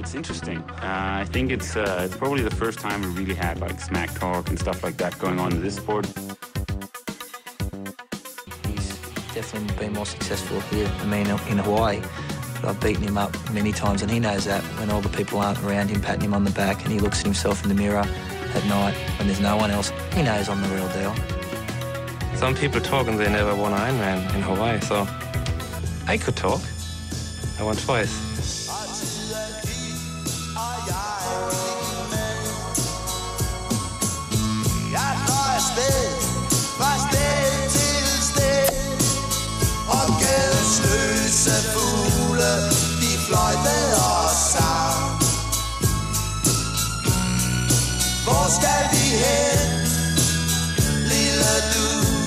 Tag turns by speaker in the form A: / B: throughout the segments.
A: It's interesting. I think it's probably the first time we really had like smack talk and stuff like that going on in this sport.
B: He's definitely been more successful here than me in Hawaii. But I've beaten him up many times, and he knows that when all the people aren't around him patting him on the back and he looks at himself in the mirror at night when there's no one else, he knows I'm the real deal.
C: Some people talk and they never won Ironman in Hawaii, so I could talk. I won twice.
D: Hvor skal vi hen, lille du?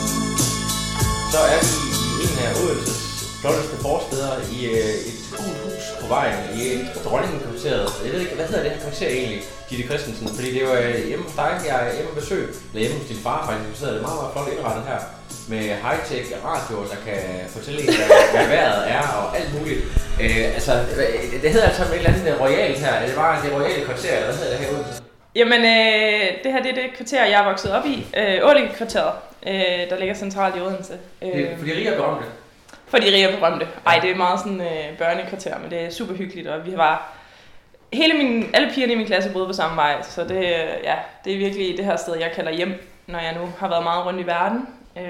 D: Så er vi i en af Odenses flotteste forsteder i et gult hus på vejen i Dronningekvarteret. Jeg ved ikke, hvad hedder det her kvarter egentlig, Gitte Christensen? Fordi det var hjemme hos dig, jeg er hjemme besøg, eller hjemme hos din far faktisk. Så er det meget, meget flot indrettet her med high-tech radioer, der kan fortælle en, hvad vejret er og alt muligt. Altså, det hedder altså et eller andet royalt her. Er det bare det royale kvarter, eller hvad hedder det her i Odense?
E: Jamen, det her det er det kvarter, jeg er vokset op i. Ålinge-kvarteret, der ligger centralt i Odense.
D: For de rige og berømte? For
E: de rige og berømte. Ej, det er meget sådan børnekvarter, men det er super hyggeligt, og vi var... Alle pigerne i min klasse boede på samme vej, så det er virkelig det her sted, jeg kalder hjem, når jeg nu har været meget rundt i verden.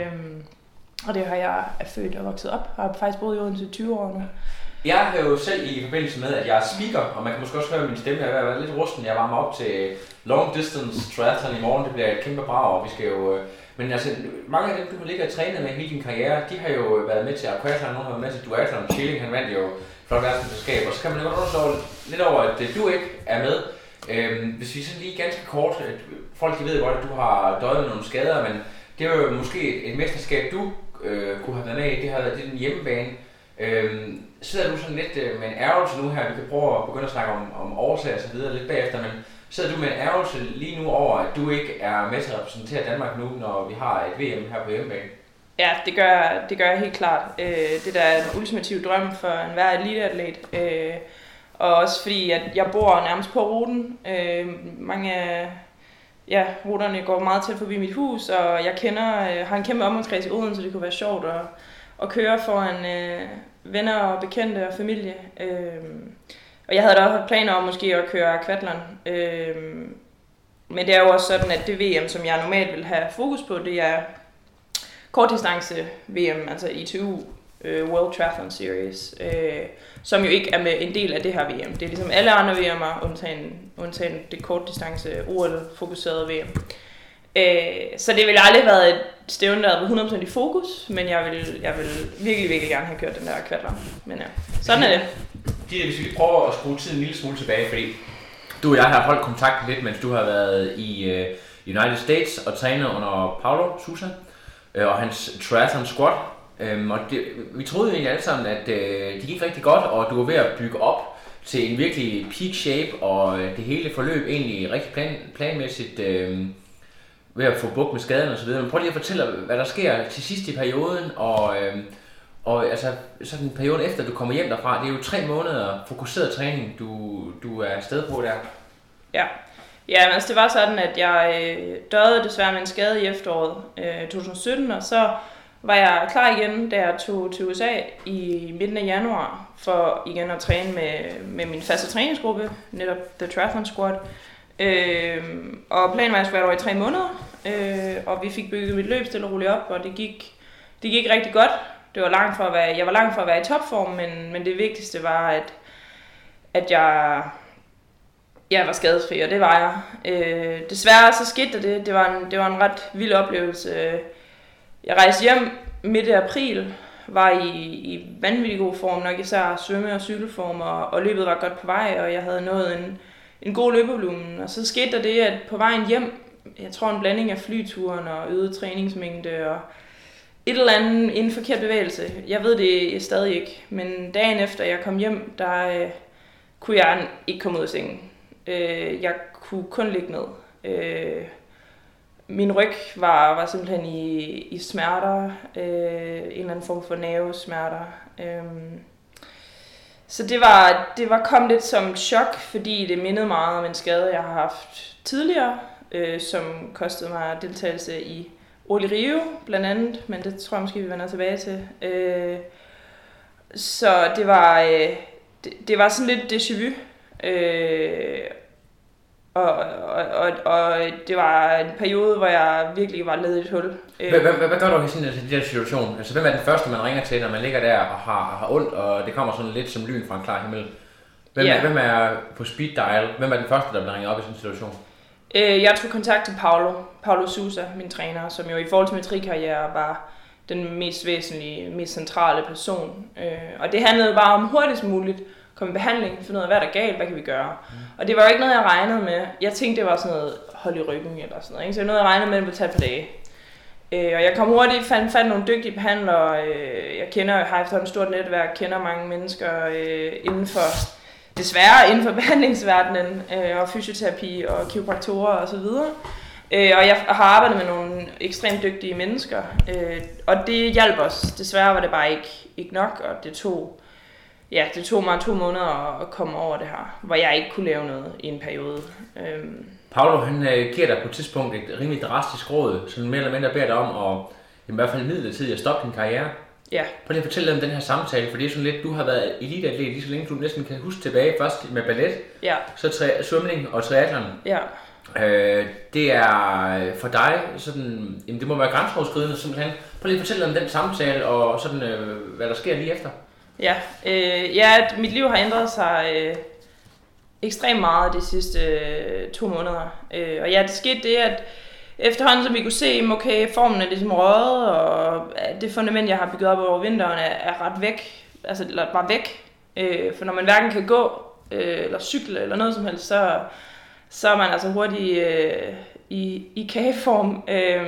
E: Og det har jeg er født og vokset op. Jeg har faktisk boet i Odense i 20 år nu.
D: Jeg har jo selv i forbindelse med, at jeg er speaker, og man kan måske også høre min stemme, jeg er været lidt rusten. Jeg varmer op til long distance triathlon i morgen, det bliver et kæmpe brag, og vi skal jo... Men altså, mange af dem, du ligger og træne med hele din karriere, de har jo været med til aquathlon, nogle har været med til duathlon. Schilling, han vandt jo flot verdensmesterskab, og så kan man jo godt undersøge lidt over, at du ikke er med. Hvis vi sådan lige ganske kort, folk de ved godt, at du har døjet med nogle skader, men det er jo måske et mesterskab, du kunne have været med i, det har været din hjemmebane. Sidder du sådan lidt med en ærgelse nu her, vi kan prøve at begynde at snakke om årsager og så videre lidt bagefter, men sidder du med en ærgelse lige nu over, at du ikke er med til at repræsentere Danmark nu, når vi har et VM her på hjemmebane?
E: Ja, det gør jeg helt klart. Det der er en ultimativ drøm for enhver eliteatlet. Og også fordi, at jeg bor nærmest på ruten. Mange af ruterne går meget tæt forbi mit hus, og jeg har en kæmpe omgangskreds i Odense, så det kunne være sjovt at køre foran venner og bekendte og familie. Og jeg havde da også planer om måske at køre aquathlon. Men det er jo også sådan, at det VM, som jeg normalt vil have fokus på, det er kortdistance VM, altså ITU World Triathlon Series, som jo ikke er med en del af det her VM. Det er ligesom alle andre VM'er, undtagen det kortdistance OL-fokuserede VM. Så det ville aldrig have været et stævne, der havde 100% i fokus, men jeg vil virkelig, virkelig gerne have kørt den der aquathlon. Men ja, sådan er det.
D: Hvis vi prøver at skrue tiden en lille smule tilbage, fordi du og jeg har holdt kontakten lidt, mens du har været i United States og trænet under Paulo Sousa og hans triathlon squad. Og vi troede jo egentlig alle sammen, at det gik rigtig godt, og du var ved at bygge op til en virkelig peak shape, og det hele forløb egentlig rigtig planmæssigt ved at få bugt med skaden og så videre. Men prøv lige at fortælle, hvad der sker til sidst i perioden, og altså sådan perioden efter du kommer hjem derfra. Det er jo 3 måneder fokuseret træning, du er afsted på der.
E: Ja, men altså det var sådan, at jeg døde desværre med en skade i efteråret 2017, og så var jeg klar igen, da jeg tog til USA i midten af januar, for igen at træne med min faste træningsgruppe, netop The Triathlon Squad. Og planen var, at jeg skulle være der i 3 måneder, og vi fik bygget mit løb stille og roligt op, og det gik rigtig godt. Jeg var langt for at være i topform, men det vigtigste var, at jeg var skadesfri, og det var jeg. Desværre så skete det. Det var en ret vild oplevelse. Jeg rejste hjem midt i april, var i vanvittig god form, nok især svømme- og cykelform, og løbet var godt på vej, og jeg havde nået en god løbevolumen. Og så skete der det, at på vejen hjem, jeg tror en blanding af flyturen og øget træningsmængde og et eller andet, en forkert bevægelse. Jeg ved det stadig ikke, men dagen efter jeg kom hjem, der kunne jeg ikke komme ud af sengen. Jeg kunne kun ligge ned. Min ryg var simpelthen i smerter, en eller anden form for nervesmerter. Så det var kom lidt som et chok, fordi det mindede meget om en skade, jeg har haft tidligere, som kostede mig deltagelse i OL i Rio, blandt andet, men det tror jeg måske, vi vender tilbage til. Så det var sådan lidt déjà vu. Og det var en periode, hvor jeg virkelig var nede i et hul.
D: Hvad gør du i sådan en der situation? Altså, hvem er den første, man ringer til, når man ligger der og har ondt, og det kommer sådan lidt som lyn fra en klar himmel? Hvem er på speed dial? Hvem er den første, der bliver ringet op i sådan en situation?
E: Jeg tog kontakt til Paulo Sousa, min træner, som jo i forhold til min trikarriere var den mest væsentlige, mest centrale person. Og det handlede bare om hurtigst muligt komme i behandling, finde ud af, hvad der er galt, hvad kan vi gøre. Og det var jo ikke noget, jeg regnede med. Jeg tænkte, det var sådan noget hold i ryggen eller sådan noget. Ikke? Så det var noget, jeg regnede med, at det ville tage et par dage. Og jeg kom hurtigt, fandt nogle dygtige behandlere. Jeg har efter et stort netværk, kender mange mennesker inden for behandlingsverdenen, og fysioterapi og kiropraktorer og så videre. Og jeg har arbejdet med nogle ekstremt dygtige mennesker, og det hjalp os. Desværre var det bare ikke nok, og det tog mig 2 måneder at komme over det her, hvor jeg ikke kunne lave noget i en periode.
D: Paulo, han giver dig på et tidspunkt et rimelig drastisk råd, som mere eller mindre beder dig om at i hvert fald midlertidigt at stoppe din karriere.
E: Ja.
D: Prøv lige at fortælle dig om den her samtale, for det er sådan lidt, du har været eliteatlet lige så længe, du næsten kan huske tilbage, først med ballet, så svømning og triathlon.
E: Ja.
D: Det er for dig sådan, jamen det må være grænseoverskridende simpelthen. Prøv lige at fortælle om den samtale og sådan, hvad der sker lige efter.
E: Ja, mit liv har ændret sig ekstremt meget de sidste 2 måneder. Og det skete det, at efterhånden, som vi kunne se, okay, formen er ligesom røget, og det fundament, jeg har bygget op over vinteren, er ret væk. Altså, eller bare væk. For når man hverken kan gå, eller cykle, eller noget som helst, så er man altså hurtigt i kageform.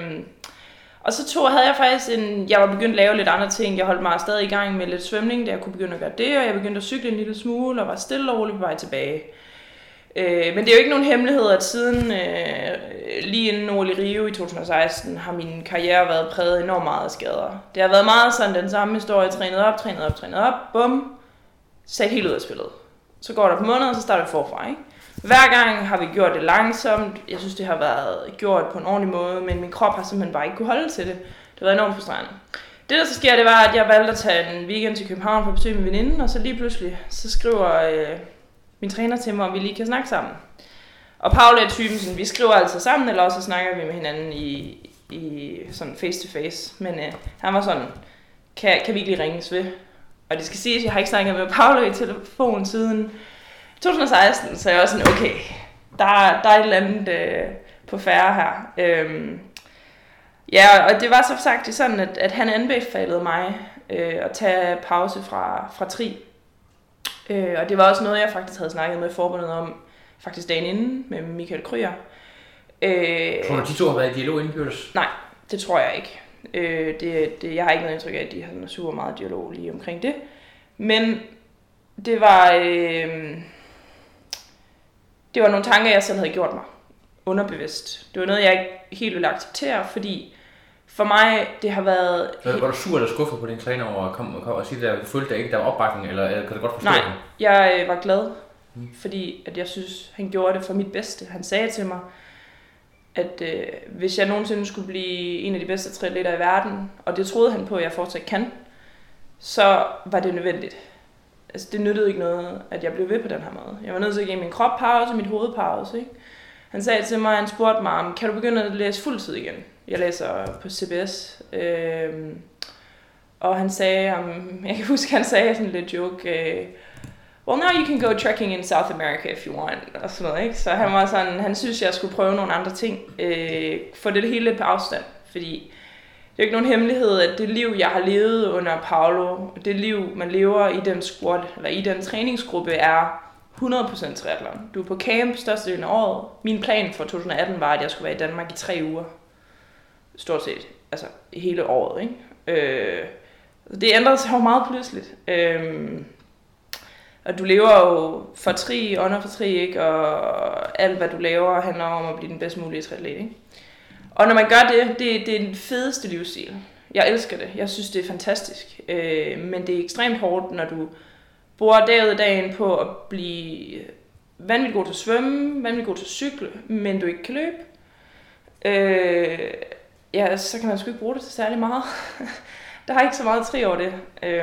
E: Og så havde jeg faktisk jeg var begyndt at lave lidt andre ting. Jeg holdt mig stadig i gang med lidt svømning, da jeg kunne begynde at gøre det, og jeg begyndte at cykle en lille smule, og var stille og roligt på vej tilbage. Men det er jo ikke nogen hemmelighed, at siden lige inden OL i Rio i 2016, har min karriere været præget enormt meget af skader. Det har været meget sådan den samme historie, trænet op, bum, sat helt ud af spillet. Så går der på måneder, og så starter vi forfra, ikke? Hver gang har vi gjort det langsomt. Jeg synes, det har været gjort på en ordentlig måde, men min krop har simpelthen bare ikke kunne holde til det. Det har været enormt frustrerende. Det, der så sker, det var, at jeg valgte at tage en weekend til København for at besøge min veninde, og så lige pludselig, så skriver min træner til mig, om vi lige kan snakke sammen. Og Paul er typen, sådan, vi skriver altså sammen, eller også snakker vi med hinanden i sådan face to face. Men han var sådan, kan vi ikke lige ringes ved? Og det skal siges, at jeg har ikke snakket med Paul i telefon siden 2016, så jeg var sådan, okay, der er et eller andet på færre her. Og det var så sagt sådan, at han anbefalede mig at tage pause fra tri. Og det var også noget, jeg faktisk havde snakket med forbundet om, faktisk dagen inden, med Michael Kryer.
D: Tror du, de to har været i dialog indbyrdes?
E: Nej, det tror jeg ikke. Jeg har ikke noget indtryk af, at de har super meget dialog lige omkring det. Men det var nogle tanker, jeg selv havde gjort mig underbevidst. Det var noget, jeg ikke helt ville acceptere, fordi for mig, det har været...
D: Var du sur eller skuffet på din træner over at komme og sige, at du følte ikke, der var opbakning, eller kan du godt forstå det?
E: Nej, jeg var glad, fordi at jeg synes, han gjorde det for mit bedste. Han sagde til mig, at hvis jeg nogensinde skulle blive en af de bedste triatleter i verden, og det troede han på, at jeg fortsat kan, så var det nødvendigt. Altså, det nyttede ikke noget, at jeg blev ved på den her måde. Jeg var nødt til at give min krop pause, mit hoved pause, ikke? Han sagde til mig, han spurgte mig, kan du begynde at læse fuldtid igen? Jeg læser på CBS. Og han sagde, jeg kan huske, han sagde sådan lidt joke, well, now you can go trekking in South America if you want, og sådan noget, ikke? Så han var sådan, han synes, jeg skulle prøve nogle andre ting, få det hele lidt på afstand, fordi det er ikke nogen hemmelighed, at det liv, jeg har levet under Paulo, det liv, man lever i den squad, eller i den træningsgruppe, er 100% triathlon. Du er på camp størstedelen af året. Min plan for 2018 var, at jeg skulle være i Danmark i 3 uger. Stort set, altså hele året, ikke? Det ændrede sig jo meget pludseligt. Og du lever jo for tri, under for tri, ikke? Og alt, hvad du laver, handler om at blive den bedst mulige triatlet, ikke? Og når man gør det er den fedeste livsstil. Jeg elsker det. Jeg synes, det er fantastisk. Men det er ekstremt hårdt, når du bruger dag ud af dagen på at blive vanvittigt god til at svømme, vanvittigt god til at cykle, men du ikke kan løbe, ja, så kan man sgu ikke bruge det til særlig meget. Der har ikke så meget tri over det.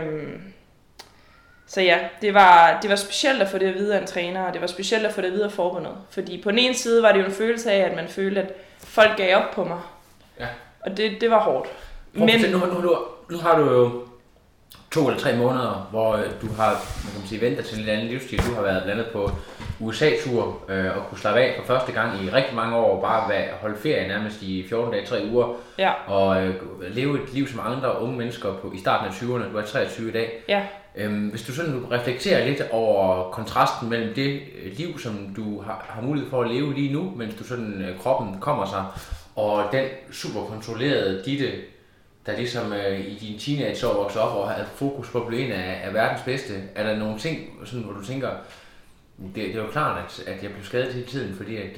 E: Så ja, det var specielt at få det at vide af en træner, og det var specielt at få det at vide af forbundet. Fordi på den ene side var det jo en følelse af, at man følte, at folk gav op på mig. Ja. Og det var hårdt.
D: Men nu har du jo 2 eller 3 måneder, hvor du har, man kan sige, ventet til en anden livsstil. Du har været blandt andet på USA-tur og kunne slappe af for første gang i rigtig mange år, bare holde ferie nærmest i 14 dage, 3 uger, ja. Og leve et liv som andre unge mennesker i starten af 20'erne. Du er 23 i dag. Ja. Hvis du sådan reflekterer lidt over kontrasten mellem det liv, som du har mulighed for at leve lige nu, mens du sådan kroppen kommer sig, og den super kontrollerede Ditte, der ligesom i din teenageår vokser op og har fokus på at blive en af verdens bedste, er der nogle ting, sådan, hvor du tænker, det er jo klart, at jeg blev skadet hele tiden, fordi at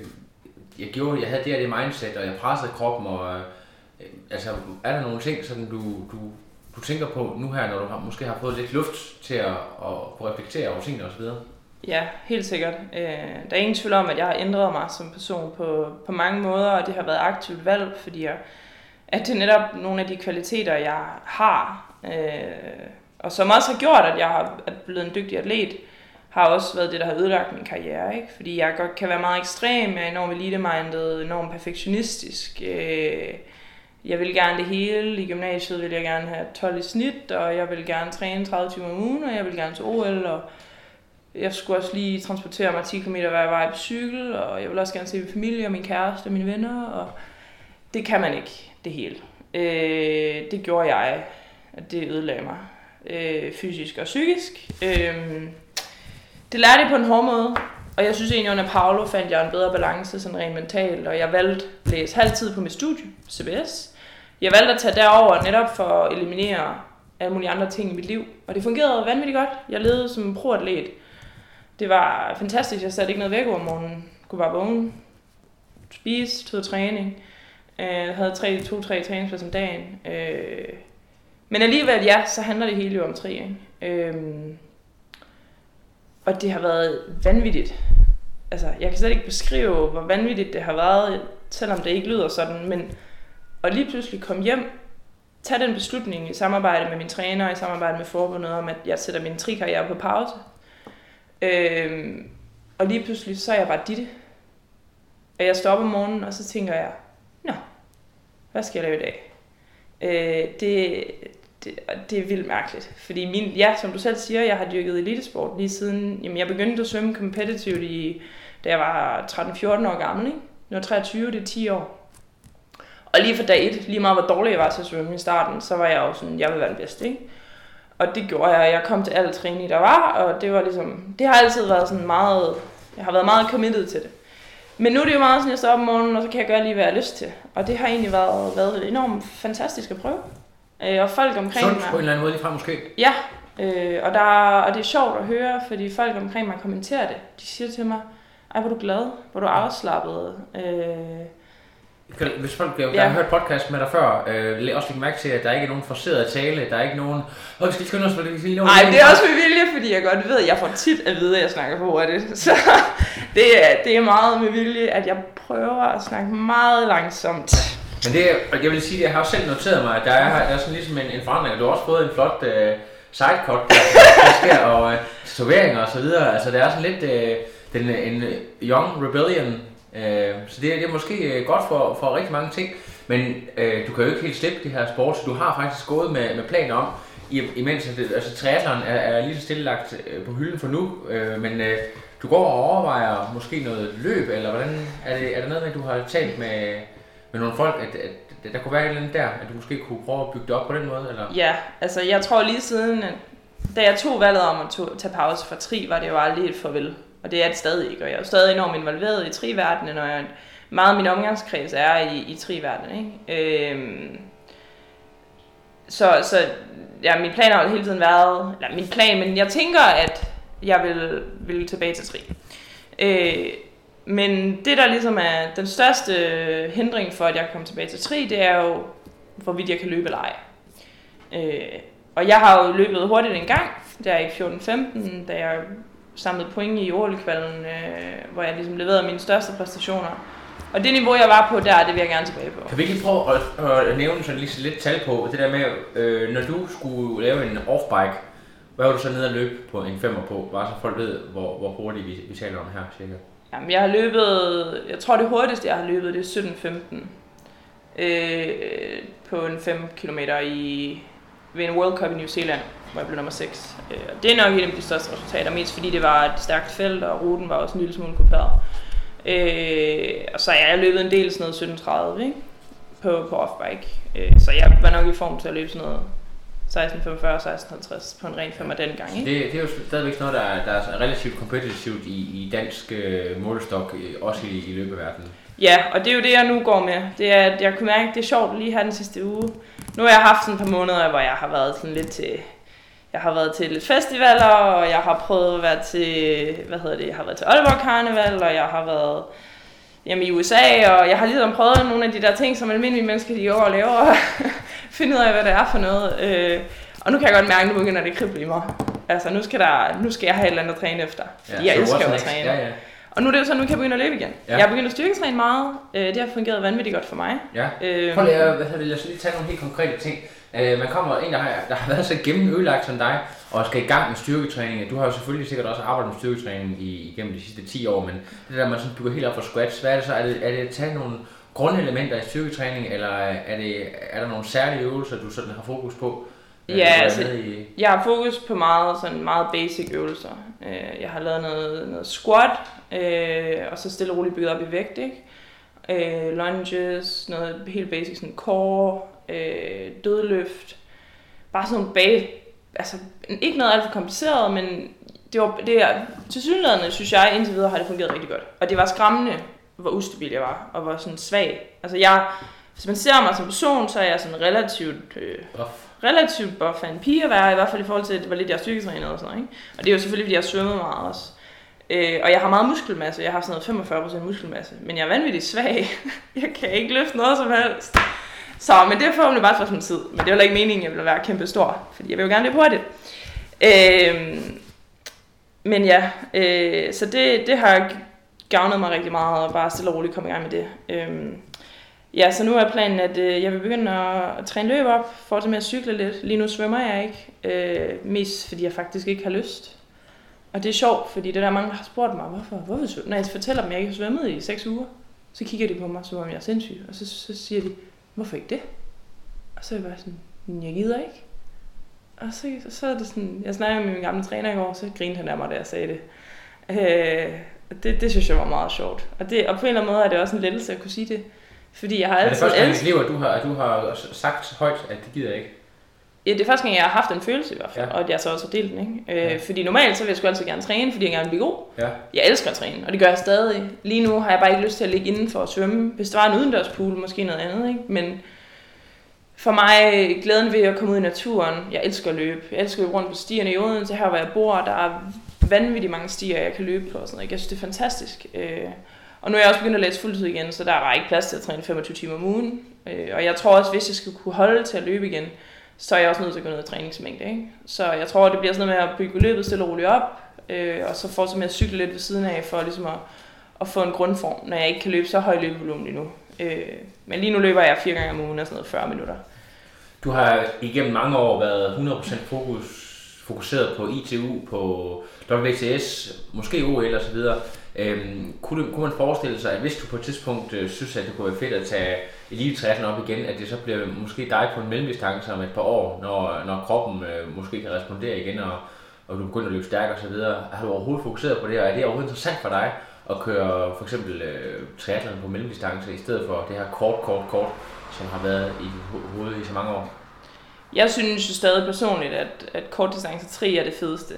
D: jeg havde det mindset, og jeg pressede kroppen, og altså, er der nogle ting, sådan du tænker på nu her, når du måske har fået lidt luft til at kunne reflektere over tingene osv.?
E: Ja, helt sikkert. Der er ingen tvivl om, at jeg har ændret mig som person på mange måder, og det har været aktivt valg, fordi at det er netop nogle af de kvaliteter, jeg har, og som også har gjort, at jeg er blevet en dygtig atlet, har også været det, der har ødelagt min karriere. Ikke? Fordi jeg godt kan være meget ekstrem, jeg er enormt elite-minded, enormt perfektionistisk. Jeg vil gerne det hele. I gymnasiet vil jeg gerne have 12 i snit, og jeg vil gerne træne 30 timer om ugen, og jeg vil gerne til OL, og jeg skulle også lige transportere mig 10 km hver vej på cykel, og jeg vil også gerne se min familie og min kæreste og mine venner, og det kan man ikke, det hele. Det gjorde jeg, og det ødelagde mig fysisk og psykisk. Det lærte jeg på en hård måde, og jeg synes egentlig under Paulo fandt jeg en bedre balance sådan rent mentalt, og jeg valgte at læse halvtid på mit studie, CBS. Jeg valgte at tage derover netop for at eliminere alle mulige andre ting i mit liv, og det fungerede vanvittigt godt. Jeg levede som en pro-atlet. Det var fantastisk, jeg satte ikke noget væk om morgenen. Jeg kunne bare vågne, spise, tage træning. Jeg havde 2-3 træningspladser om dagen. Men alligevel, ja, så handler det hele jo om tri. Og det har været vanvittigt. Altså, jeg kan slet ikke beskrive, hvor vanvittigt det har været, selvom det ikke lyder sådan. Men at lige pludselig komme hjem, tage den beslutning i samarbejde med min træner, i samarbejde med forbundet om, at jeg sætter min tri-karriere på pause. Og lige pludselig, så er jeg bare Ditte. Og jeg står op om morgenen, og så tænker jeg, hvad skal jeg lave i dag? Det er vildt mærkeligt. Fordi som du selv siger, jeg har dyrket elitesport lige siden, jamen jeg begyndte at svømme competitivt da jeg var 13-14 år gammel, ikke? Nu er 23, det er 10 år. Og lige fra dag 1, lige meget hvor dårlig jeg var til at svømme i starten, så var jeg jo sådan, jeg vil være den bedste, ikke? Og det gjorde jeg. Jeg kom til alle træning, der var, og det var ligesom, det har altid været sådan meget, jeg har været meget committed til det. Men nu er det jo meget sådan, jeg står op om morgenen, og så kan jeg gøre lige, hvad jeg har lyst til. Og det har egentlig været enormt fantastisk at prøve. Og folk omkring mig...
D: på en eller anden måde lige frem måske?
E: Ja, og det er sjovt at høre, fordi folk omkring mig kommenterer det. De siger til mig, ej, hvor er du glad, hvor er du afslappet.
D: Hvis folk har hørt podcast med dig før, også lægge mærke til, at der ikke er nogen forceret tale, der er ikke nogen... vi skal skynde os, for det lige nogen...
E: Nej, det er også med vilje, fordi jeg godt ved, at jeg får tit at vide, at jeg snakker for hurtigt. Så det er meget med vilje, at jeg prøver at snakke meget langsomt.
D: Men jeg vil sige, at jeg har også selv noteret mig, at der er sådan ligesom en forandring, og du har også fået en flot sidecut, der sker, og tatoveringer og så videre. Altså, der er sådan lidt en young rebellion. Så det er måske godt for rigtig mange ting, men du kan jo ikke helt slippe det her sport, så du har faktisk gået med planer om, imens altså triathlon er lige så stille lagt på hylden for nu, men du går og overvejer måske noget løb, eller hvordan er der noget med, at du har talt med nogle folk, at der kunne være et eller andet der, at du måske kunne prøve at bygge det op på den måde, eller?
E: Ja, altså jeg tror lige siden, da jeg tog valget om at tage pause fra tri, var det jo aldrig et farvel. Og det er det stadig ikke, og jeg er jo stadig enormt involveret i tri-verdenen, og meget af min omgangskreds er i tri-verdenen, ikke? Så ja, min plan har hele tiden været, eller min plan, men jeg tænker, at jeg vil tilbage til tri. Men det, der ligesom er den største hindring for, at jeg kommer tilbage til tri, det er jo, hvorvidt jeg kan løbe eller ej. Og jeg har jo løbet hurtigt en gang, der i 14-15, da jeg samlede point i OL-kvalden, hvor jeg ligesom leverede mine største præstationer. Og det niveau, jeg var på der, det vil jeg gerne tilbage på.
D: Kan vi ikke prøve at nævne sådan lidt tal på det der med, når du skulle lave en off-bike, hvad var du så nede at løbe på en 5'er på? Bare så folk ved, hvor hurtigt vi taler om her, cirka.
E: Jamen, jeg har løbet, jeg tror det hurtigste, jeg har løbet, det er 17-15 på en 5 km ved en World Cup i New Zealand, hvor jeg blev nummer 6. Det er nok et af de største resultater, mest fordi det var et stærkt felt, og ruten var også en lille smule kuperet. Og så er jeg løbet en del sådan noget 17:30, ikke? På off-bike. Så jeg var nok i form til at løbe sådan noget 16:45-16:50 på en ren 5'er dengang, ikke?
D: Det er jo stadigvæk noget, der er relativt kompetitivt i dansk målestok, også i løbeverdenen.
E: Ja, og det er jo det, jeg nu går med. Det er, at jeg kunne mærke, at det er sjovt lige her den sidste uge. Nu har jeg haft sådan et par måneder, hvor jeg har været sådan lidt til... Jeg har været til lidt festivaler, og jeg har prøvet at være til... Jeg har været til Aalborg Karneval, og jeg har været hjemme i USA, og jeg har ligesom prøvet nogle af de der ting, som almindelige mennesker de går og laver, og finde ud af, hvad det er for noget. Og nu kan jeg godt mærke, at nu begynder det at krible i mig. Altså, nu skal jeg have et eller andet at træne efter. Fordi jeg elsker at træne. Ja. Og nu er det jo sådan, nu kan jeg begynde at løbe igen. Ja. Jeg har begyndt at styrketræne meget. Det har fungeret vanvittigt godt for mig. Ja.
D: Prøv lige at lige tage nogle helt konkrete ting. Man kommer en, der har været så gennemødelagt som dig, og skal i gang med styrketræning. Du har jo selvfølgelig sikkert også arbejdet med styrketræning igennem de sidste 10 år, men det der, man sådan bygger helt op fra scratch, hvad er det så? Er det at tage nogle grundelementer i styrketræning, eller er der nogle særlige øvelser, du sådan har fokus på?
E: Ja, altså, jeg har fokus på meget basic øvelser. Jeg har lavet noget squat, og så stille og roligt bygget op i vægt, ikke? Lunges, noget helt basic, sådan core, dødløft. Bare sådan nogle altså ikke noget alt for kompliceret, men det er tilsyneladende, synes jeg, indtil videre har det fungeret rigtig godt. Og det var skræmmende, hvor ustabil jeg var, og hvor sådan svag. Altså hvis man ser mig som person, så er jeg sådan relativt buff af en pige at være, i hvert fald i forhold til, at det var lidt, jeg styrketrænet og sådan noget, ikke? Og det er jo selvfølgelig, fordi jeg svømmede meget også. Og jeg har meget muskelmasse, jeg har sådan noget 45% muskelmasse, men jeg er vanvittigt svag. Jeg kan ikke løfte noget som helst. Så, men det er forhåbentlig bare for sådan en tid. Men det er jo ikke meningen, at jeg vil være kæmpe stor, fordi jeg vil jo gerne løbe hurtigt. Men ja, så det har gavnet mig rigtig meget, og bare stille og roligt komme i gang med det. Ja, så nu er planen, at jeg vil begynde at træne løb op, fortsætte med at cykle lidt. Lige nu svømmer jeg ikke, mest fordi jeg faktisk ikke har lyst. Og det er sjovt, fordi det der mange, der har spurgt mig, hvorfor vil svømme? Når jeg fortæller dem, at jeg ikke har svømmet i 6 uger, så kigger de på mig, som om jeg er sindssyg. Og så siger de, hvorfor ikke det? Og så er jeg bare sådan, jeg gider ikke. Og så er det sådan, jeg snakkede med min gamle træner i går, så grinede han af mig, da jeg sagde det. Det synes jeg var meget sjovt. Og på en eller anden måde er det også en lettelse at kunne sige det. Fordi jeg har altid...
D: Er det første gang i dit liv, at du har sagt højt, at det gider jeg ikke?
E: Ja, det er første gang, jeg har haft en følelse i hvert fald, og at jeg så også har delt den, ikke? Fordi normalt så vil jeg sgu altid gerne træne, fordi jeg gerne vil blive god. Ja. Jeg elsker at træne, og det gør jeg stadig. Lige nu har jeg bare ikke lyst til at ligge indenfor og svømme. Hvis der var en udendørspool, måske noget andet, ikke? Men for mig, glæden ved at komme ud i naturen, jeg elsker at løbe. Jeg elsker at løbe rundt på stierne i Odense, her hvor jeg bor, der er vanvittigt mange stier, jeg kan løbe på og sådan noget. Jeg synes, det er fantastisk. Og nu er jeg også begyndt at læse fuldtid igen, så der er ikke plads til at træne 25 timer om ugen. Og jeg tror også, hvis jeg skal kunne holde til at løbe igen, så er jeg også nødt til at gå ned i træningsmængde, ikke? Så jeg tror, det bliver sådan noget med at bygge løbet stille og roligt op, og så fortsætte med at cykle lidt ved siden af, for ligesom at få en grundform, når jeg ikke kan løbe så høj løbevolumen endnu. Men lige nu løber jeg 4 gange om ugen og sådan noget 40 minutter.
D: Du har igennem mange år været 100% fokuseret på ITU, på WTS, måske OL og så videre. Kunne man forestille sig, at hvis du på et tidspunkt synes, at det kunne være fedt at tage elite-triathlon op igen, at det så bliver måske dig på en mellemdistance om et par år, når kroppen måske kan respondere igen, og du begynder at løbe stærkere og så videre. Har du overhovedet fokuseret på det, og er det overhovedet interessant for dig at køre for eksempel triathlon på mellemdistance, i stedet for det her kort, som har været i hovedet i så mange år?
E: Jeg synes jo stadig personligt, at kortdistance tri er det fedeste.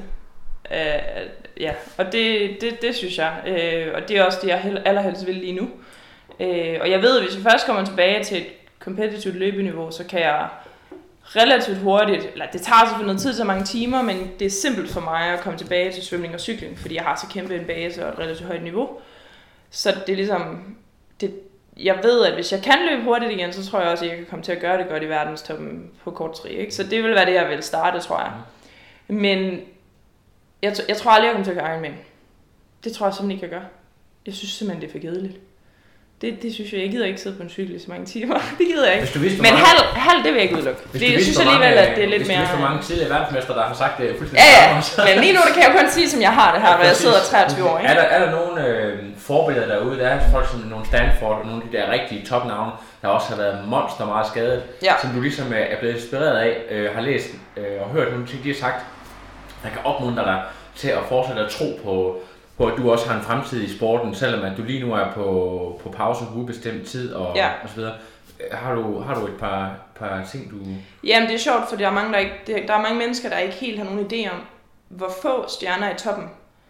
E: Ja, og det synes jeg. Og det er også det, jeg allerhelst vil lige nu. Og jeg ved, at hvis jeg først kommer tilbage til et kompetitivt løbeniveau, så kan jeg relativt hurtigt, eller det tager selvfølgelig noget tid, så mange timer, men det er simpelt for mig at komme tilbage til svømning og cykling, fordi jeg har så kæmpe en base og et relativt højt niveau. Så det er ligesom, jeg ved, at hvis jeg kan løbe hurtigt igen, så tror jeg også, at jeg kan komme til at gøre det godt i verdenstoppen på kort tri, ikke? Så det vil være det, jeg vil starte, tror jeg. Men jeg tror aldrig, jeg kommer til at gøre Ironman. Det tror jeg simpelthen ikke, jeg gør. Jeg synes simpelthen, det er for kedeligt. Det synes jeg gider ikke sidde på en cykel i så mange timer. Det gider jeg ikke. Men halv, det vil jeg ikke udelukke. Fordi jeg synes alligevel, at det er lidt mere...
D: Hvis du vidste, hvor mange tidligere verdensmester, der har sagt det fuldstændig
E: ja. Men lige nu, det kan jeg jo kun sige, som jeg har det her, hvor jeg sidder 23 år. Ikke?
D: Er der nogle forbilleder derude? Der er folk som nogle Stanford og nogle af de der rigtige topnavne, der også har været monster meget skadet, som du ligesom er blevet inspireret af, har læst og hørt nogle ting, de har sagt, der kan opmuntre dig til at fortsætte at tro på at du også har en fremtid i sporten, selvom at du lige nu er på pause på ubestemt tid og så videre. Har du et par ting, du...
E: Jamen det er sjovt, for der er mange mennesker, der ikke helt har nogen idé om, hvor få stjerner i toppen,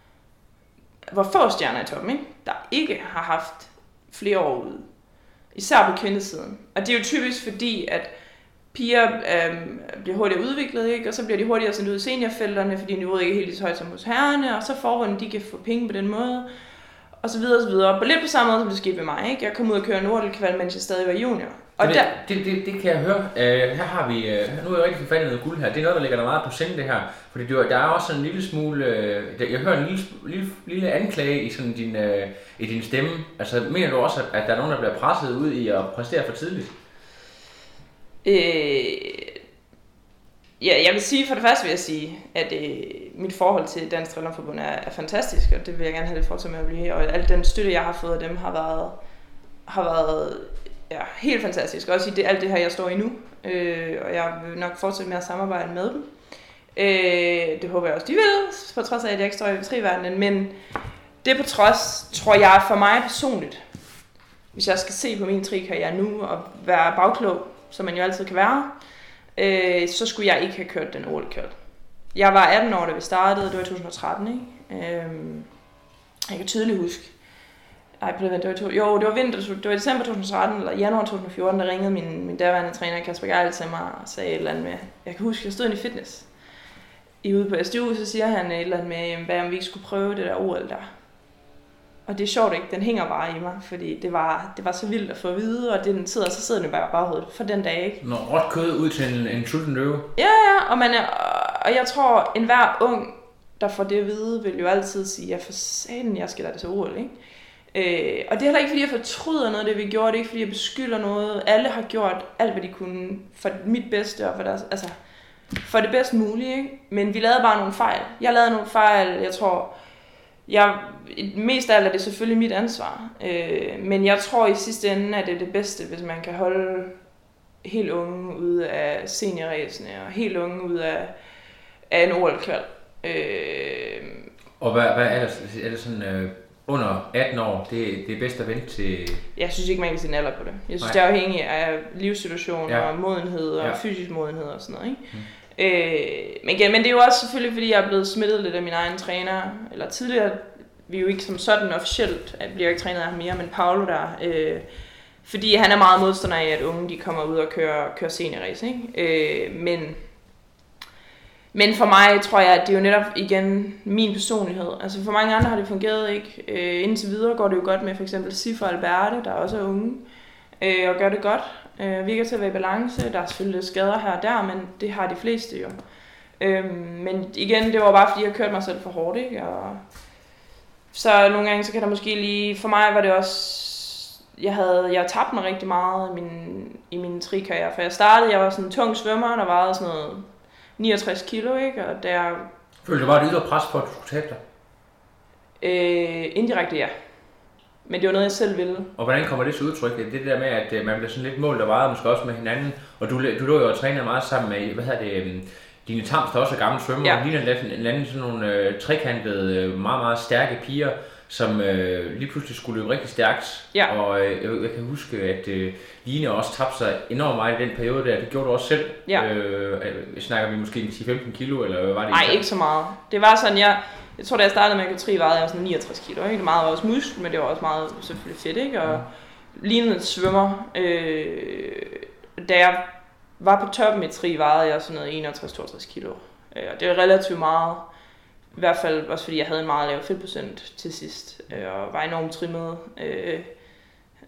E: ikke? Der ikke har haft flere år ude. Især på kvindesiden. Og det er jo typisk fordi, at piger bliver hurtigt udviklet, ikke? Og så bliver de hurtigere sendt ud i seniorfelterne, fordi niveauet ikke er helt lige så højt som hos herrerne, og så forbundet de kan få penge på den måde, og så videre og så videre. På lidt på samme måde, som det skete ved mig, ikke? Jeg kom ud og køre Nordic-kval, mens jeg stadig var junior. Og
D: det kan jeg høre. Her har vi, nu er jeg rigtig forfandet noget guld her. Det er noget, der ligger der meget på sinde, det her. Fordi der er også en lille smule, jeg hører en lille anklage i sådan din stemme. Altså, mener du også, at der er nogen, der bliver presset ud i at præstere for tidligt?
E: Ja, jeg vil sige, for det første vil jeg sige, at mit forhold til Dansk Triathlonforbund er fantastisk, og det vil jeg gerne have det fortsat med at blive. Og al den støtte, jeg har fået af dem, har været helt fantastisk. Også i alt det her, jeg står i nu. Og jeg vil nok fortsætte med at samarbejde med dem. Det håber jeg også, de vil, på trods af, at jeg ikke står i triverdenen. Men det på trods, tror jeg for mig personligt, hvis jeg skal se på min tri-karriere nu og være bagklog, som man jo altid kan være, så skulle jeg ikke have kørt den OL-kørt. Jeg var 18 år, da vi startede, det var i 2013, ikke? Jeg kan tydeligt huske. Det var i december 2013, eller januar 2014, der ringede min daværende træner Kasper Geil til mig og sagde et eller andet med, jeg kan huske, jeg stod inde i fitness. Ude på SDU, så siger han et eller andet med, hvad om vi ikke skulle prøve det der OL der. Og det er sjovt ikke, den hænger bare i mig, fordi det var så vildt at få at vide, og så sidder den bare baghovedet for den dag, ikke?
D: Når råt kød ud til en sulten løve.
E: Ja, og jeg tror, enhver ung, der får det at vide, vil jo altid sige, ja for satan, jeg skal da det så OL, ikke? Og det er heller ikke, fordi jeg fortryder noget af det, vi gjorde, det er ikke, fordi jeg beskylder noget. Alle har gjort alt, hvad de kunne for mit bedste, og for det bedst mulige, ikke? Men vi lavede bare nogle fejl. Jeg lavede nogle fejl, jeg tror... mest af alt er det selvfølgelig mit ansvar, men jeg tror i sidste ende, at det er det bedste, hvis man kan holde helt unge ude af seniorræsene, og helt unge ude af en OL-kval.
D: Og hvad er det sådan under 18 år, det er bedst at vente til...
E: Jeg synes ikke, man kan sige en alder på det. Jeg synes, det er afhængigt af livssituation og modenhed og fysisk modenhed og sådan noget, ikke? Men det er jo også selvfølgelig, fordi jeg er blevet smittet lidt af min egen træner, eller tidligere, vi er jo ikke som sådan officielt, jeg bliver ikke trænet af ham mere, men Paolo der, fordi han er meget modstander af, at unge de kommer ud og kører seniorrace, ikke? Men for mig tror jeg, at det er jo netop igen min personlighed. Altså for mange andre har det fungeret, ikke? Indtil videre går det jo godt med for eksempel Sif og Alberte, der også er unge, og gør det godt. Virker til at være i balance. Der er selvfølgelig skader her og der, men det har de fleste jo. Men igen, det var bare fordi jeg kørte mig selv for hårdt, ikke? Og så nogle gange så kan der måske lige, for mig var det også, jeg tabte mig rigtig meget i min tri-karriere, for jeg var sådan en tung svømmer, der vejede sådan noget 69 kilo, ikke? Og der
D: følte du bare et ydre pres på, at du skulle tabe dig?
E: Indirekte ja. Men det var noget, jeg selv ville. Og
D: hvordan kommer det til udtryk? Det der med, at man bliver sådan lidt målt og vejet, måske også med hinanden. Og du lå jo og trænede meget sammen med, Dine Tams, der også er gamle svømmer. Ja. Lige en sådan nogle trekantede, meget, meget stærke piger, som lige pludselig skulle løbe rigtig stærkt. Ja. Og jeg kan huske, at Line også tabte sig enormt meget i den periode der. Det gjorde du også selv. Ja. Snakker vi måske 10-15 kilo, eller hvad var det?
E: Nej, ikke så meget. Det var sådan, jeg tror, da jeg startede med at gå tri, vejede jeg sådan 69 kilo. Ikke? Det meget var også muskel, men det var også meget selvfølgelig fedt, ikke? Og lignende svømmer. Da jeg var på toppen i tri, vejede jeg sådan noget 61-62 kilo. Og det var relativt meget. I hvert fald også fordi jeg havde en meget lav fedtprocent til sidst. Og var enormt trimmet.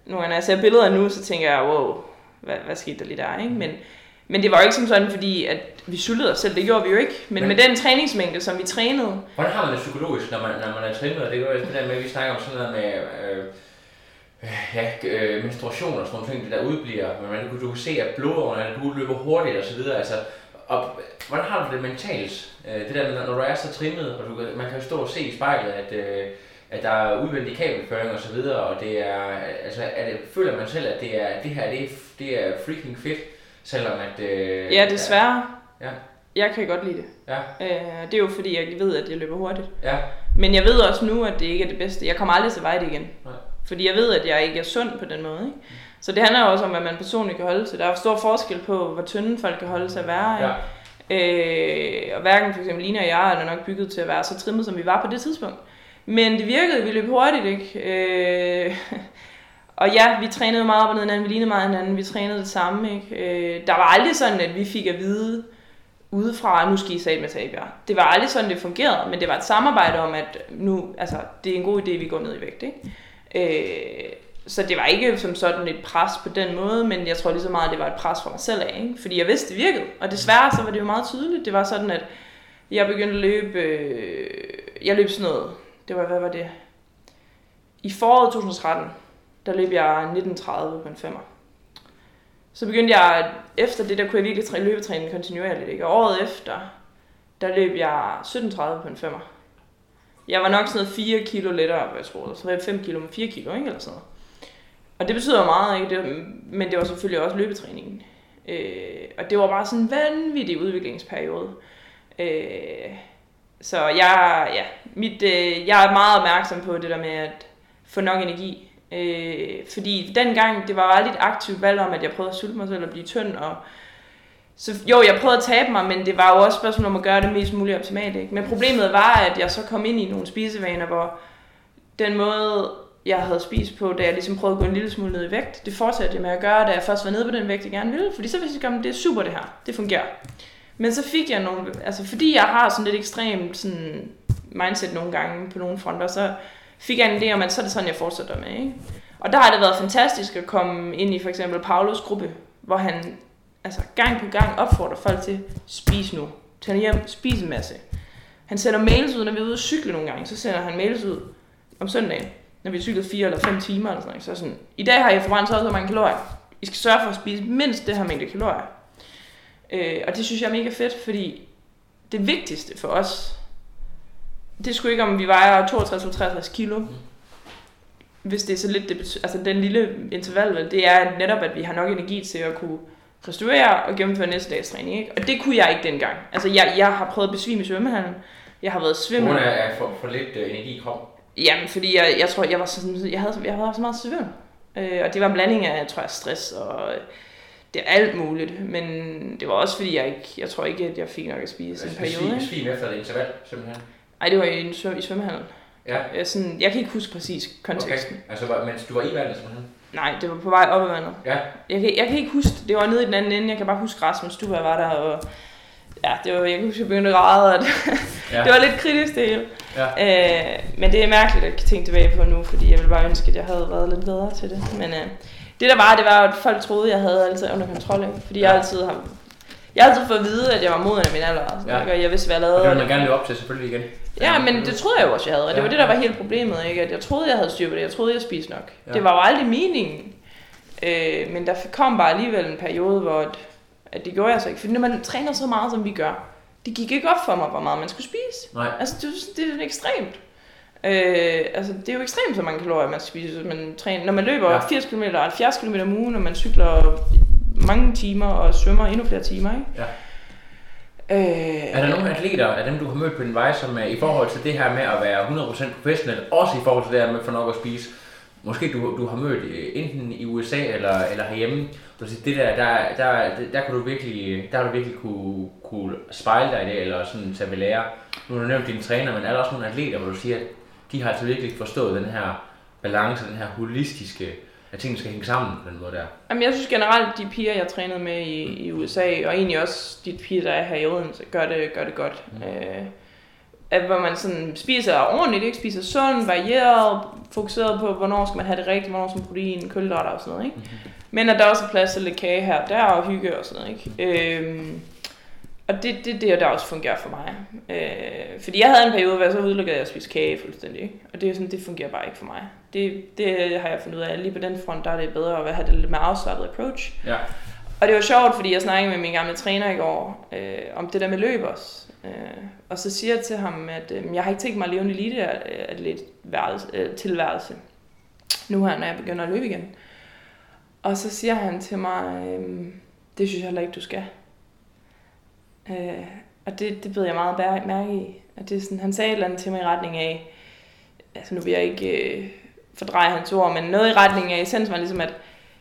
E: nogle gange, når jeg ser billeder nu, så tænker jeg, wow, hvad skete der lige der, ikke? Men det var jo ikke som sådan, fordi at vi sultede os selv, det gjorde vi jo ikke. Men med den træningsmængde, som vi trænede...
D: Hvordan har man det psykologisk, når man er trænet? Det er jo det der med, at vi snakker om sådan noget med menstruation og sådan nogle ting, det der udbliver. Men du kan se, at blodårene, du løber hurtigt og så videre. Altså, og hvordan har du det mentalt? Det der med, når du er så trimmet, og man kan jo stå og se i spejlet, at der er udvendig kabelføring og så videre, og det er, altså, føler man selv, at det er freaking fedt, selvom at...
E: ja, desværre.
D: Ja.
E: Jeg kan godt lide det.
D: Ja.
E: Det er jo fordi, jeg ved, at jeg løber hurtigt.
D: Ja.
E: Men jeg ved også nu, at det ikke er det bedste. Jeg kommer aldrig til vej det igen.
D: Nej. Og
E: Fordi jeg ved, at jeg ikke er sund på den måde. Ikke? Så det handler også om, hvad man personligt kan holde til. Der er stor forskel på, hvor tynde folk kan holde til at være.
D: Ja.
E: Og hverken for eksempel Line og jeg er nok bygget til at være så trimmet, som vi var på det tidspunkt. Men det virkede, vi løb hurtigt, ikke? Og ja, vi trænede meget op og ned hinanden, vi lignede meget hinanden, vi trænede det samme, ikke? Der var aldrig sådan, at vi fik at vide udefra, nu skal I sige med tabe jer. Det var aldrig sådan, det fungerede, men det var et samarbejde om, at nu, altså, det er en god idé, vi går ned i vægt, ikke? Så det var ikke som sådan et pres på den måde, men jeg tror lige så meget, at det var et pres fra mig selv af, ikke? Fordi jeg vidste, det virkede, og desværre så var det jo meget tydeligt. Det var sådan, at jeg begyndte at løbe, jeg løb sådan noget, det var, hvad var det? I foråret 2013, der løb jeg 19:30 på en 5'er. Så begyndte jeg, efter det, der kunne jeg virkelig løbetræne kontinuerligt, ikke? Og året efter, der løb jeg 17:30 på en 5'er. Jeg var nok sådan noget 4 kilo lettere, jeg tror, så var jeg 5 kilo med 4 kilo, ikke? Eller sådan noget. Og det betyder meget, ikke? Men det var selvfølgelig også løbetræningen. Og det var bare sådan en vanvittig udviklingsperiode. Så jeg er meget opmærksom på det der med at få nok energi. Fordi dengang, det var aldrig et aktivt valg om, at jeg prøvede at sulte mig selv og blive tynd. Og så, jo, jeg prøvede at tabe mig, men det var jo også spørgsmål om at gøre det mest muligt optimalt. Ikke? Men problemet var, at jeg så kom ind i nogle spisevaner, hvor den måde, jeg havde spist på, da jeg ligesom prøvede at gå en lille smule ned i vægt, det fortsatte jeg med at gøre, da jeg først var nede på den vægt, jeg gerne ville. Fordi så vidste jeg, at det er super det her, det fungerer. Men så fik jeg nogle, altså fordi jeg har sådan lidt ekstremt sådan mindset nogle gange på nogle fronter, så fik jeg en idé om, at så er det sådan, jeg fortsætter med. Ikke? Og der har det været fantastisk at komme ind i for eksempel Paulos gruppe, hvor han altså gang på gang opfordrer folk til, spis nu, tag hjem, spis en masse. Han sender mails ud, når vi er ude at cykle nogle gange, så sender han mails ud om søndagen, når vi har cyklet 4 eller 5 timer eller sådan noget. Så sådan, i dag har jeg forbrændt så mange kalorier. I skal sørge for at spise mindst det her mængde kalorier. Og det synes jeg er mega fedt, fordi det vigtigste for os, det skulle ikke om vi vejer 62-63 kilo, hvis det er så lidt, altså den lille interval, det er netop, at vi har nok energi til at kunne restaurere og gennemføre næste dags træning, ikke? Og det kunne jeg ikke dengang. Altså jeg har prøvet at besvime i svømmehallen, jeg har været svimmel.
D: Hun er for lidt energi i kroppen?
E: Jamen, fordi jeg tror, jeg var sådan, jeg havde så meget svøm. Og det var en blanding af, tror jeg, stress og det er alt muligt, men det var også fordi, jeg tror ikke, at jeg fik nok at spise en periode.
D: Svim efter det interval, simpelthen?
E: Nej, det var i svømmehallen.
D: Ja.
E: Jeg kan ikke huske præcis konteksten.
D: Okay, altså mens du var i vandet, simpelthen?
E: Nej, det var på vej op ad vandet.
D: Ja.
E: Jeg kan ikke huske det. Det var nede i den anden ende. Jeg kan bare huske Rasmus Stuber var der, og ja, jeg kan huske, at jeg begyndte at græde, og det var lidt kritisk det hele. Ja. Men det er mærkeligt at tænke tilbage på nu, fordi jeg ville bare ønske, at jeg havde været lidt bedre til det. Men det var, at folk troede, jeg havde altid under kontrol, ikke? Fordi jeg har altid fået at vide, at jeg var moden af min alder, og sådan, og jeg vidste, hvad jeg lavede.
D: Og det ville man gerne løbe op til, selvfølgelig igen.
E: Ja, men det troede jeg jo også, jeg havde, og det var det, der var hele problemet, ikke? At jeg troede, jeg havde styr på det, jeg troede, jeg spiste nok. Ja. Det var jo aldrig meningen, men der kom bare alligevel en periode, hvor at det gjorde jeg så ikke. Fordi når man træner så meget, som vi gør, det gik ikke op for mig, hvor meget man skulle spise. Nej. Altså, det er ekstremt. Altså, det er jo ekstremt, så mange kalorier, man skal spise, man træner. Når man løber 80 km og 70 km om ugen, og man cykler mange timer og svømmer endnu flere timer, ikke? Ja.
D: Er der nogle atleter af dem, du har mødt på din vej, som i forhold til det her med at være 100% professionel, også i forhold til det her med for nok at spise, måske du har mødt enten i USA eller herhjemme, det der kunne du virkelig kunne spejle dig i det, eller sådan tage ved lære. Nu har du nævnt dine træner, men er der også nogle atleter, hvor du siger, at de har altså virkelig forstået den her balance, den her holistiske, at tingene skal hænge sammen på den måde der? Jamen,
E: jeg synes generelt, de piger, jeg trænede med i USA, og egentlig også de piger, der er her i Odense, gør det godt. hvor man sådan spiser ordentligt, ikke spiser sundt, varieret, fokuseret på, hvornår skal man have det rigtigt, hvornår skal man protein, kulhydrater og sådan noget, ikke? Mm-hmm. Men at der også er plads til lidt kage her og der, og hygge og sådan noget, ikke? Og det der også fungerer for mig. Fordi jeg havde en periode, hvor jeg så udelukkede at spise kage fuldstændig, ikke? Og det er sådan, det fungerer bare ikke for mig. Det har jeg fundet ud af. Lige på den front, der er det bedre at have det lidt mere afslappet approach. Ja. Og det var sjovt, fordi jeg snakkede med min gamle træner i går, om det der med løb også. Og så siger jeg til ham, at jeg har ikke tænkt mig at leve en elite-tilværelse nu her, når jeg begynder at løbe igen. Og så siger han til mig, det synes jeg heller ikke, du skal. Og det bed jeg meget mærke i. At det er sådan, han sagde et eller andet til mig i retning af, altså nu vil jeg ikke fordreje hans ord, men noget i retning af essensen var ligesom,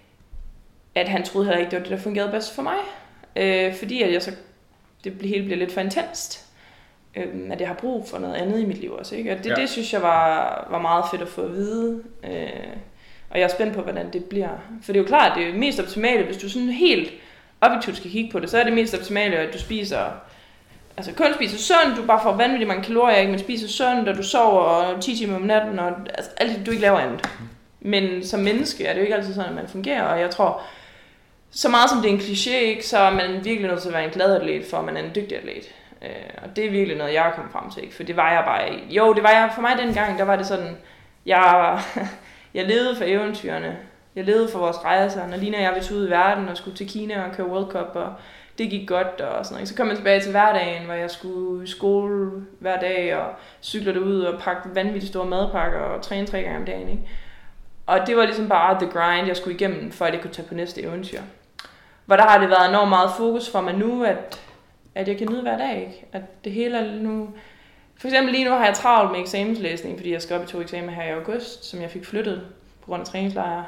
E: at han troede heller ikke, det var det, der fungerede bedst for mig. Fordi at jeg så, det hele bliver lidt for intenst. At jeg har brug for noget andet i mit liv også. Ikke? Og det synes jeg var meget fedt at få at vide. Og jeg er spændt på, hvordan det bliver. For det er jo klart, det er jo mest optimale, hvis du sådan helt objektivt skal kigge på det, så er det mest optimale, at du spiser, altså kun spiser sundt, du bare får vanvittigt mange kalorier, ikke? Men spiser sundt, og du sover 10 timer om natten, og altså, alt det, du ikke laver andet. Men som menneske er det jo ikke altid sådan, at man fungerer, og jeg tror, så meget som det er en kliché, ikke, så er man virkelig nødt til at være en glad atlet, for at man er en dygtig atlet. Og det er virkelig noget, jeg er kommet frem til, ikke? For det var jeg bare ikke. Jo, det var jeg for mig dengang, der var det sådan, jeg levede for eventyrene. Jeg levede for vores rejser, når Lina og jeg ville ud i verden og skulle til Kina og køre World Cup, og det gik godt og sådan noget. Så kom jeg tilbage til hverdagen, hvor jeg skulle i skole hver dag og cykle derud og pakke vanvittigt store madpakker og træne 3 gange om dagen, ikke? Og det var ligesom bare the grind, jeg skulle igennem, for at jeg kunne tage på næste eventyr. Hvor der har det været enormt meget fokus for mig nu, at jeg kan nyde hver dag, ikke? At det hele er nu. For eksempel lige nu har jeg travlt med eksamenslæsning, fordi jeg skal op i 2 eksamener her i august, som jeg fik flyttet på grund af træningslejre.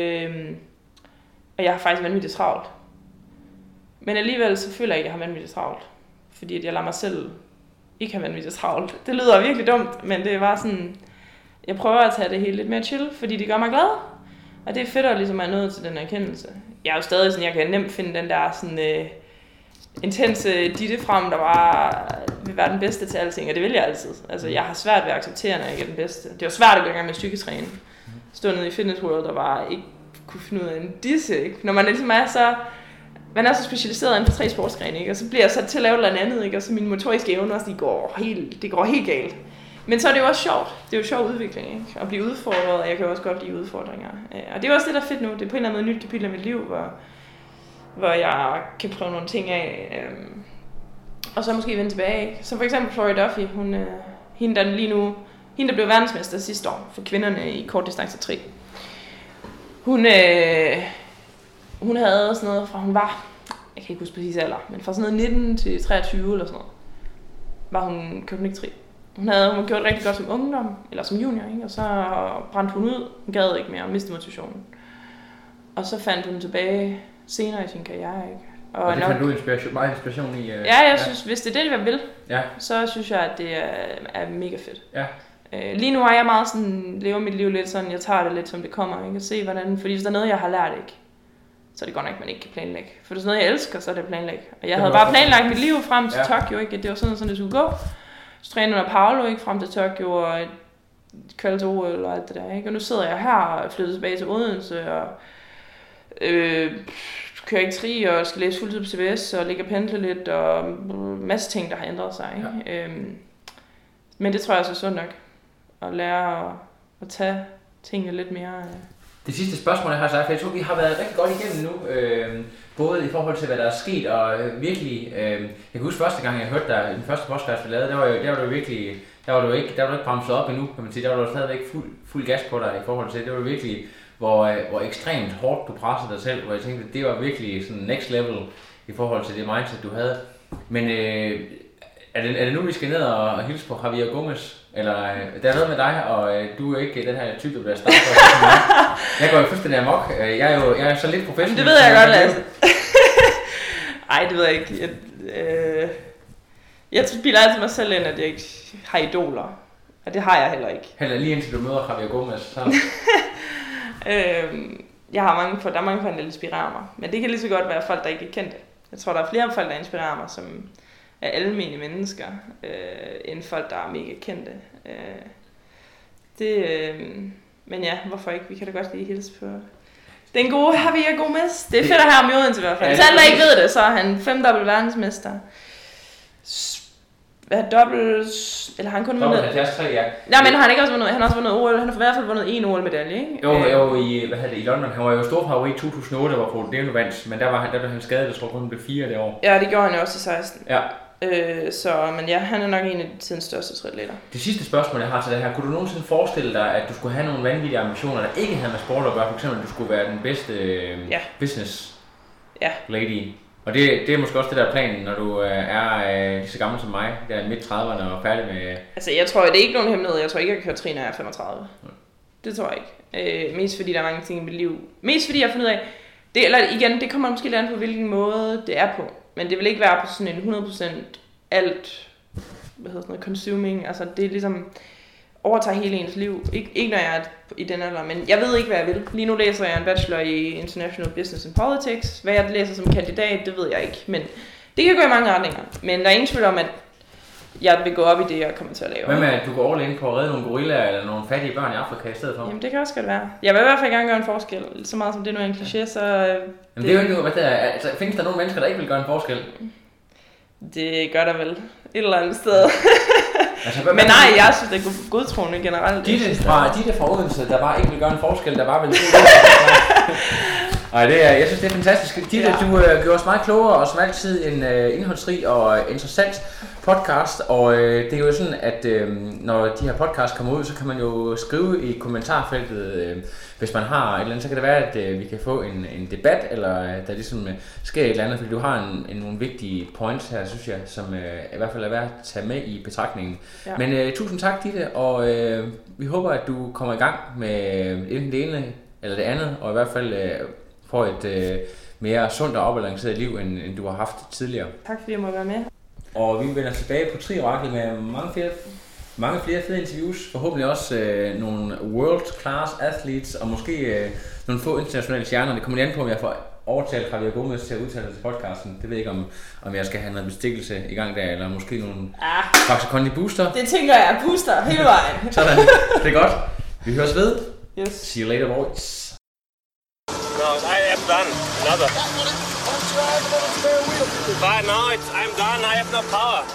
E: Og jeg har faktisk vanvittigt travlt. Men alligevel så føler jeg ikke, at jeg har vanvittigt travlt. Fordi at jeg lader mig selv ikke have vanvittigt travlt. Det lyder virkelig dumt, men det er bare sådan, jeg prøver at tage det hele lidt mere chill, fordi det gør mig glad. Og det er fedt at ligesom er nået til den erkendelse. Jeg er jo stadig sådan, jeg kan nemt finde den der sådan intense ditte frem, der bare vil være den bedste til alting, og det vil jeg altid. Altså jeg har svært ved at acceptere, når jeg ikke er den bedste. Det var svært at gå i gang med styrketræning. Stå nede i Fitness World og bare ikke kunne finde ud af en disse, ikke? Når man ligesom er så, man er så specialiseret inden for 3 sportsgrene, ikke? Og så bliver jeg sat til at lave noget andet, ikke? Og så mine motoriske evner også, det går helt galt. Men så er det jo også sjovt. Det er jo sjov udvikling, ikke? At blive udfordret, og jeg kan jo også godt lide udfordringer. Og det er også det, der er fedt nu. Det er på en eller anden måde et nyt kapitel af mit liv, hvor jeg kan prøve nogle ting af. Og så måske vende tilbage. Så for eksempel Florida Duffy, hende der blev verdensmester sidste år for kvinderne i kortdistance 3. Hun havde sådan noget fra hun var, jeg kan ikke huske præcis alder, men fra sådan noget 19 til 23 eller sådan noget, var hun købt ikke 3. Hun gjort rigtig godt som ungdom, eller som junior, ikke? Og så brændte hun ud, hun gad ikke mere og mistede motivationen. Og så fandt hun tilbage senere i sin karriere, ikke?
D: Og det fandt du meget inspiration i?
E: Ja, jeg synes, hvis det er det, jeg vil, så synes jeg, at det er mega fedt. Ja. Lige nu er jeg meget sådan, lever mit liv lidt sådan, jeg tager det lidt som det kommer, ikke? Og se hvordan, fordi hvis der er noget, jeg har lært, ikke, så er det godt nok, at man ikke kan planlægge. For hvis der er noget, jeg elsker, så er det planlægge. Og jeg havde bare planlagt mit liv frem til Tokyo, ikke? Det var sådan det skulle gå. Så trænede under Paolo, ikke, frem til Tokyo og kvalg til OL og alt det der, ikke? Og nu sidder jeg her og flytter tilbage til Odense og kører ikke tri og skal læse fuldtid på CBS og ligge og pendle lidt og en masse ting, der har ændret sig, ikke? Ja. Men det tror jeg også er sundt nok at lære at tage tingene lidt mere.
D: Det sidste spørgsmål, jeg har sagt, for jeg tror, vi har været rigtig godt igennem nu, både i forhold til, hvad der er sket, og virkelig, jeg kan huske første gang, jeg hørte dig, den første podcast, vi lavede, der var du ikke bremset op endnu, kan man sige, der var du stadigvæk fuld gas på dig i forhold til, det var virkelig, hvor ekstremt hårdt du pressede dig selv, hvor jeg tænkte, det var virkelig sådan next level i forhold til det mindset, du havde. Men er det nu, vi skal ned og hilse på Javier Gomez? Eller der er noget med dig, og du er ikke den her type, der bliver startet. Jeg går jo fuldstændig amok. Jeg er så lidt professionel.
E: Det ved jeg godt, Lasse. Ej, det ved jeg ikke. Jeg spiller altid mig selv ind, at jeg ikke har idoler. Og det har jeg heller ikke.
D: Heller lige indtil du møder Javier Gomez. Så.
E: Der er mange folk, der inspirerer mig. Men det kan lige så godt være folk, der ikke er kendte. Jeg tror, der er flere folk, der inspirerer mig, af almindelige mennesker, end folk, der er mega kendte. Men ja, hvorfor ikke? Vi kan da godt lige hilse på den gode Javier Gomez. Det er fedt at have ham i Odense i hvert fald. Hvis alle ikke ved det, så er han 5-dobbelt verdensmester. Eller har han kun vundet?
D: 73, ja.
E: Nej, men har han ikke også vundet? Han har også vundet OL. Han har i hvert fald vundet en OL-medalje, ikke?
D: Jo, i London. Han var jo stor favorit i 2008, hvor Paul Dano vandt, men der blev han skadet, jeg tror kun han blev 4 det år.
E: Ja, det gjorde han jo også i 16.
D: Ja.
E: Men ja, han er nok en af tidens største triatleter.
D: Det sidste spørgsmål, jeg har til det her. Kunne du nogensinde forestille dig, at du skulle have nogle vanvittige ambitioner, der ikke havde med sport at gøre? For eksempel, at du skulle være den bedste business lady. Og det er måske også det, der er planen, når du er lige så gammel som mig, der er midt 30'erne og færdig med...
E: Altså, jeg tror, det er ikke nogen hemmelighed. Jeg tror ikke, jeg kan køre trin, når jeg er 35. Det tror jeg ikke. Mest fordi der er mange ting i mit liv. Mest fordi jeg har fundet ud af... det kommer måske lidt an på, hvilken måde det er på. Men det vil ikke være på sådan en 100% alt, consuming. Altså, det er ligesom overtager hele ens liv. Ikke når jeg er i den alder, men jeg ved ikke, hvad jeg vil. Lige nu læser jeg en bachelor i International Business and Politics. Hvad jeg læser som kandidat, det ved jeg ikke. Men det kan gå i mange retninger. Men der er ingen tvivl om, at jeg vil gå op i det, jeg kommer til at lave.
D: Hvad med, at du går all in på at redde nogle gorillaer eller nogle fattige børn i Afrika i stedet for?
E: Jamen, det kan også godt være. Jeg vil i hvert fald gerne gøre en forskel. Så meget som det nu er en kliché, så...
D: Men det er jo ikke noget, altså, findes der nogle mennesker, der ikke vil gøre en forskel?
E: Det gør der vel et eller andet sted. Altså, men nej, jeg synes, det er godtroende generelt.
D: Ditte fra Odense, der bare ikke vil gøre en forskel, der bare vil... Nej, jeg synes, det er fantastisk. Ditte, du gjorde os meget klogere, og som altid en indholdsrig og interessant podcast. Og det er jo sådan, at når de her podcasts kommer ud, så kan man jo skrive i kommentarfeltet, hvis man har et eller andet, så kan det være, at vi kan få en debat, eller der ligesom sker et eller andet, fordi du har nogle vigtige points her, synes jeg, som i hvert fald er værd at tage med i betragtningen. Ja. Men tusind tak, Ditte, og vi håber, at du kommer i gang med enten det ene eller det andet, og i hvert fald får et mere sundt og opbalanceret liv, end du har haft tidligere.
E: Tak fordi jeg må være med.
D: Og vi vender tilbage på Tri-Oraklet med mange flere fede interviews. Forhåbentlig også nogle world class athletes, og måske nogle få internationale stjerner. Det kommer lige an på, om jeg får overtalt Javier Gomez til at udtale sig til podcasten. Det ved jeg ikke, om jeg skal have noget bestikkelse i gang der, eller måske nogle Faxe Kondi booster.
E: Det tænker jeg, booster hele vejen.
D: Sådan, det er godt. Vi høres ved.
E: Yes.
D: See you later, boys.
F: No, I am done. Another. But no, I'm done. I have no power.